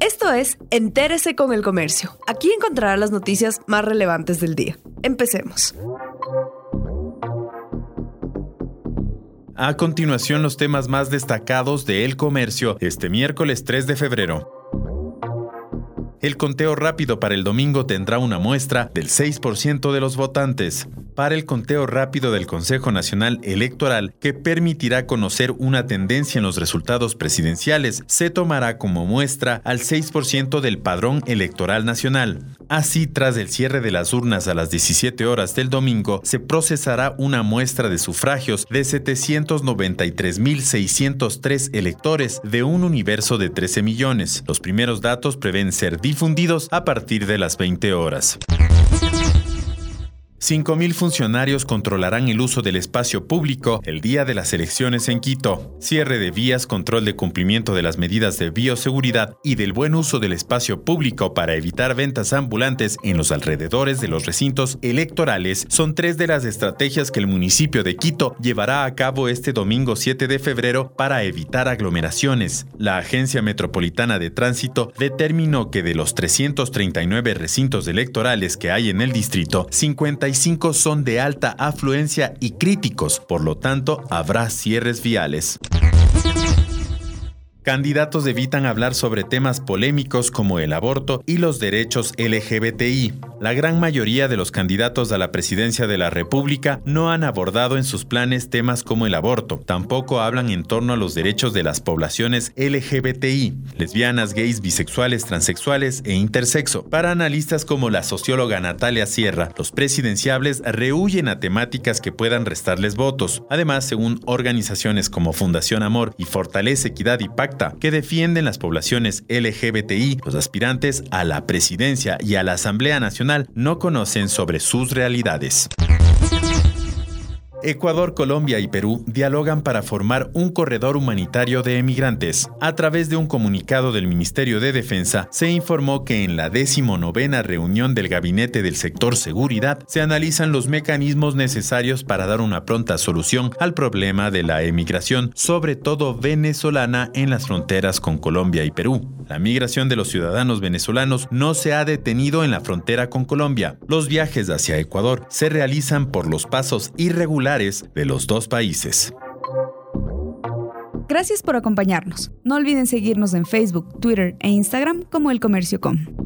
Esto es Entérese con el Comercio. Aquí encontrará las noticias más relevantes del día. Empecemos. A continuación, los temas más destacados de El Comercio este miércoles 3 de febrero. El conteo rápido para el domingo tendrá una muestra del 6% de los votantes. Para el conteo rápido del Consejo Nacional Electoral, que permitirá conocer una tendencia en los resultados presidenciales, se tomará como muestra al 6% del padrón electoral nacional. Así, tras el cierre de las urnas a las 17 horas del domingo, se procesará una muestra de sufragios de 793.603 electores de un universo de 13 millones. Los primeros datos prevén ser difundidos a partir de las 20 horas. 5.000 funcionarios controlarán el uso del espacio público el día de las elecciones en Quito. Cierre de vías, control de cumplimiento de las medidas de bioseguridad y del buen uso del espacio público para evitar ventas ambulantes en los alrededores de los recintos electorales son tres de las estrategias que el municipio de Quito llevará a cabo este domingo 7 de febrero para evitar aglomeraciones. La Agencia Metropolitana de Tránsito determinó que de los 339 recintos electorales que hay en el distrito, 55 son de alta afluencia y críticos, por lo tanto, habrá cierres viales. Candidatos evitan hablar sobre temas polémicos como el aborto y los derechos LGBTI. La gran mayoría de los candidatos a la presidencia de la República no han abordado en sus planes temas como el aborto. Tampoco hablan en torno a los derechos de las poblaciones LGBTI, lesbianas, gays, bisexuales, transexuales e intersexo. Para analistas como la socióloga Natalia Sierra, los presidenciables rehuyen a temáticas que puedan restarles votos. Además, según organizaciones como Fundación Amor y Fortalece Equidad y Pacto, que defienden las poblaciones LGBTI, los aspirantes a la presidencia y a la Asamblea Nacional no conocen sobre sus realidades. Ecuador, Colombia y Perú dialogan para formar un corredor humanitario de emigrantes. A través de un comunicado del Ministerio de Defensa, se informó que en la 19ª reunión del Gabinete del Sector Seguridad se analizan los mecanismos necesarios para dar una pronta solución al problema de la emigración, sobre todo venezolana, en las fronteras con Colombia y Perú. La migración de los ciudadanos venezolanos no se ha detenido en la frontera con Colombia. Los viajes hacia Ecuador se realizan por los pasos irregulares de los dos países. Gracias por acompañarnos. No olviden seguirnos en Facebook, Twitter e Instagram como El Comercio.com.